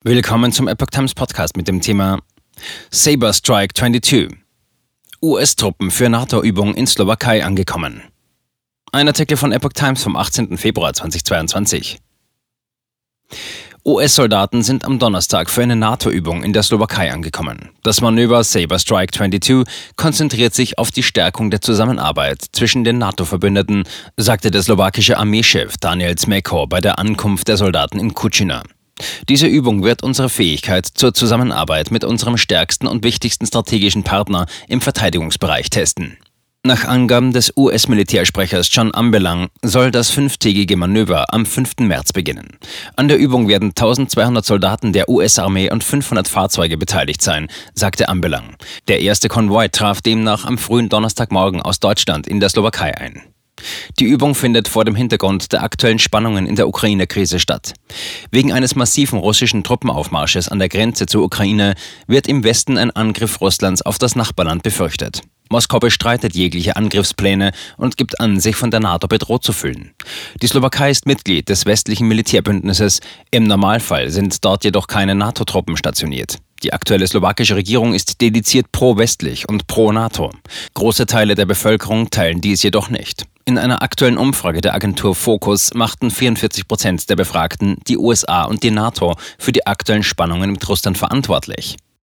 Willkommen zum Epoch Times Podcast mit dem Thema Sabre Strike 22. US-Truppen für NATO-Übung in Slowakei angekommen. Ein Artikel von Epoch Times vom 18. Februar 2022. US-Soldaten sind am Donnerstag für eine NATO-Übung in der Slowakei angekommen. Das Manöver Sabre Strike 22 konzentriert sich auf die Stärkung der Zusammenarbeit zwischen den NATO-Verbündeten, sagte der slowakische Armeechef Daniel Smeko bei der Ankunft der Soldaten in Kučina. Diese Übung wird unsere Fähigkeit zur Zusammenarbeit mit unserem stärksten und wichtigsten strategischen Partner im Verteidigungsbereich testen. Nach Angaben des US-Militärsprechers John Ambelang soll das 5-tägige Manöver am 5. März beginnen. An der Übung werden 1200 Soldaten der US-Armee und 500 Fahrzeuge beteiligt sein, sagte Ambelang. Der erste Konvoi traf demnach am frühen Donnerstagmorgen aus Deutschland in der Slowakei ein. Die Übung findet vor dem Hintergrund der aktuellen Spannungen in der Ukraine-Krise statt. Wegen eines massiven russischen Truppenaufmarsches an der Grenze zur Ukraine wird im Westen ein Angriff Russlands auf das Nachbarland befürchtet. Moskau bestreitet jegliche Angriffspläne und gibt an, sich von der NATO bedroht zu fühlen. Die Slowakei ist Mitglied des westlichen Militärbündnisses. Im Normalfall sind dort jedoch keine NATO-Truppen stationiert. Die aktuelle slowakische Regierung ist dediziert pro-westlich und pro-NATO. Große Teile der Bevölkerung teilen dies jedoch nicht. In einer aktuellen Umfrage der Agentur Focus machten 44% der Befragten die USA und die NATO für die aktuellen Spannungen mit Russland verantwortlich.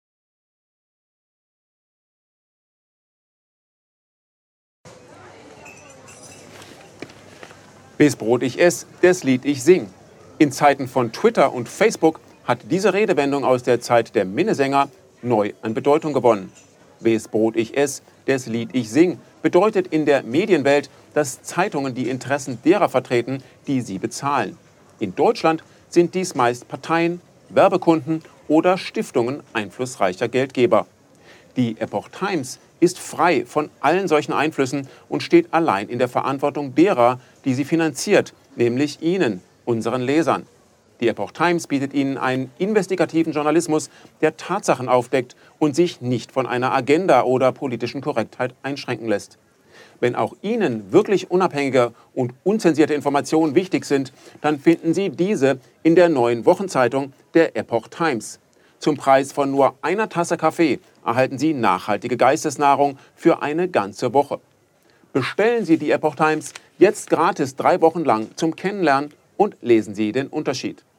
Wes Brot ich ess, des Lied ich sing. In Zeiten von Twitter und Facebook hat diese Redewendung aus der Zeit der Minnesänger neu an Bedeutung gewonnen. Wes Brot ich ess, des Lied ich sing bedeutet in der Medienwelt, dass Zeitungen die Interessen derer vertreten, die sie bezahlen. In Deutschland sind dies meist Parteien, Werbekunden oder Stiftungen einflussreicher Geldgeber. Die Epoch Times ist frei von allen solchen Einflüssen und steht allein in der Verantwortung derer, die sie finanziert, nämlich Ihnen, unseren Lesern. Die Epoch Times bietet Ihnen einen investigativen Journalismus, der Tatsachen aufdeckt und sich nicht von einer Agenda oder politischen Korrektheit einschränken lässt. Wenn auch Ihnen wirklich unabhängige und unzensierte Informationen wichtig sind, dann finden Sie diese in der neuen Wochenzeitung der Epoch Times. Zum Preis von nur einer Tasse Kaffee erhalten Sie nachhaltige Geistesnahrung für eine ganze Woche. Bestellen Sie die Epoch Times jetzt gratis 3 Wochen lang zum Kennenlernen und lesen Sie den Unterschied.